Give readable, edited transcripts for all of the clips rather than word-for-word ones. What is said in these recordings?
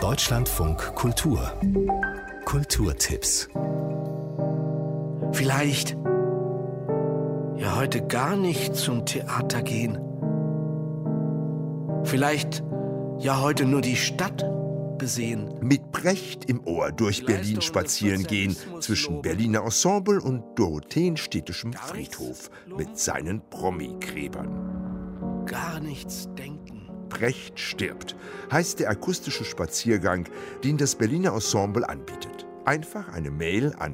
Deutschlandfunk Kultur. Kulturtipps. Vielleicht ja heute gar nicht zum Theater gehen. Vielleicht ja heute nur die Stadt besehen. Mit Brecht im Ohr durch Berlin spazieren gehen, zwischen Berliner Ensemble und Dorotheenstädtischem Friedhof mit seinen Promi-Gräbern. Gar nichts denken. Brecht stirbt, heißt der akustische Spaziergang, den das Berliner Ensemble anbietet. Einfach eine Mail an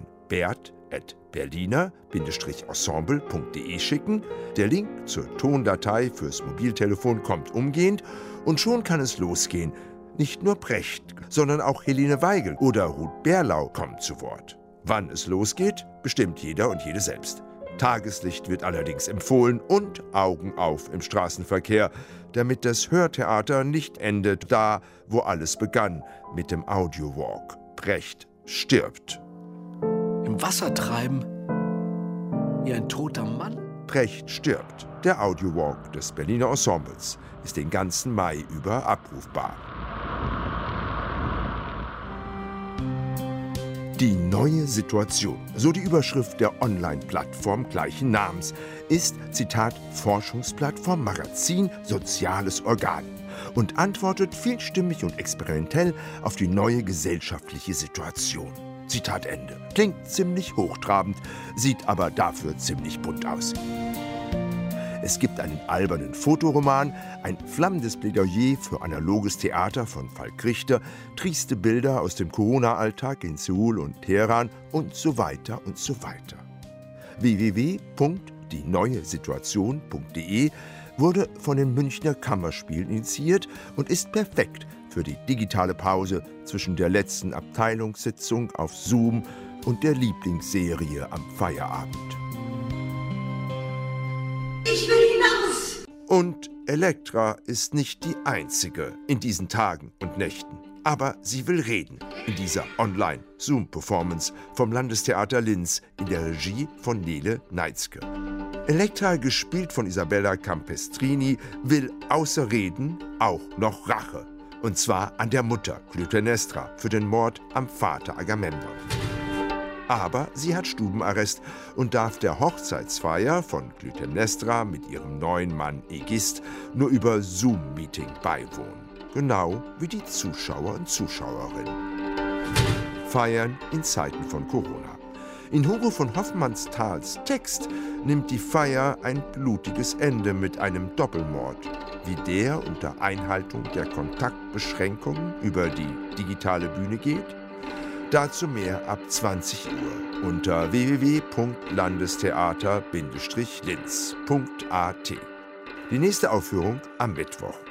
bert@berliner-ensemble.de schicken. Der Link zur Tondatei fürs Mobiltelefon kommt umgehend und schon kann es losgehen. Nicht nur Brecht, sondern auch Helene Weigel oder Ruth Berlau kommen zu Wort. Wann es losgeht, bestimmt jeder und jede selbst. Tageslicht wird allerdings empfohlen und Augen auf im Straßenverkehr, damit das Hörtheater nicht endet da, wo alles begann, mit dem Audiowalk. Brecht stirbt. Im Wasser treiben wie ein toter Mann. Brecht stirbt. Der Audiowalk des Berliner Ensembles ist den ganzen Mai über abrufbar. Die neue Situation, so die Überschrift der Online-Plattform gleichen Namens, ist, Zitat, Forschungsplattform, Magazin, soziales Organ und antwortet vielstimmig und experimentell auf die neue gesellschaftliche Situation. Zitat Ende. Klingt ziemlich hochtrabend, sieht aber dafür ziemlich bunt aus. Es gibt einen albernen Fotoroman, ein flammendes Plädoyer für analoges Theater von Falk Richter, trieste Bilder aus dem Corona-Alltag in Seoul und Teheran und so weiter und so weiter. www.dieneuesituation.de wurde von den Münchner Kammerspielen initiiert und ist perfekt für die digitale Pause zwischen der letzten Abteilungssitzung auf Zoom und der Lieblingsserie am Feierabend. Ich will hinaus! Und Elektra ist nicht die einzige in diesen Tagen und Nächten. Aber sie will reden in dieser Online-Zoom-Performance vom Landestheater Linz in der Regie von Nele Neitzke. Elektra, gespielt von Isabella Campestrini, will außer Reden auch noch Rache. Und zwar an der Mutter Clytemnestra für den Mord am Vater Agamemnon. Aber sie hat Stubenarrest und darf der Hochzeitsfeier von Clytemnestra mit ihrem neuen Mann Aegist nur über Zoom-Meeting beiwohnen. Genau wie die Zuschauer und Zuschauerinnen. Feiern in Zeiten von Corona. In Hugo von Hofmannsthals Text nimmt die Feier ein blutiges Ende mit einem Doppelmord. Wie der unter Einhaltung der Kontaktbeschränkungen über die digitale Bühne geht? Dazu mehr ab 20 Uhr unter www.landestheater-linz.at. Die nächste Aufführung am Mittwoch.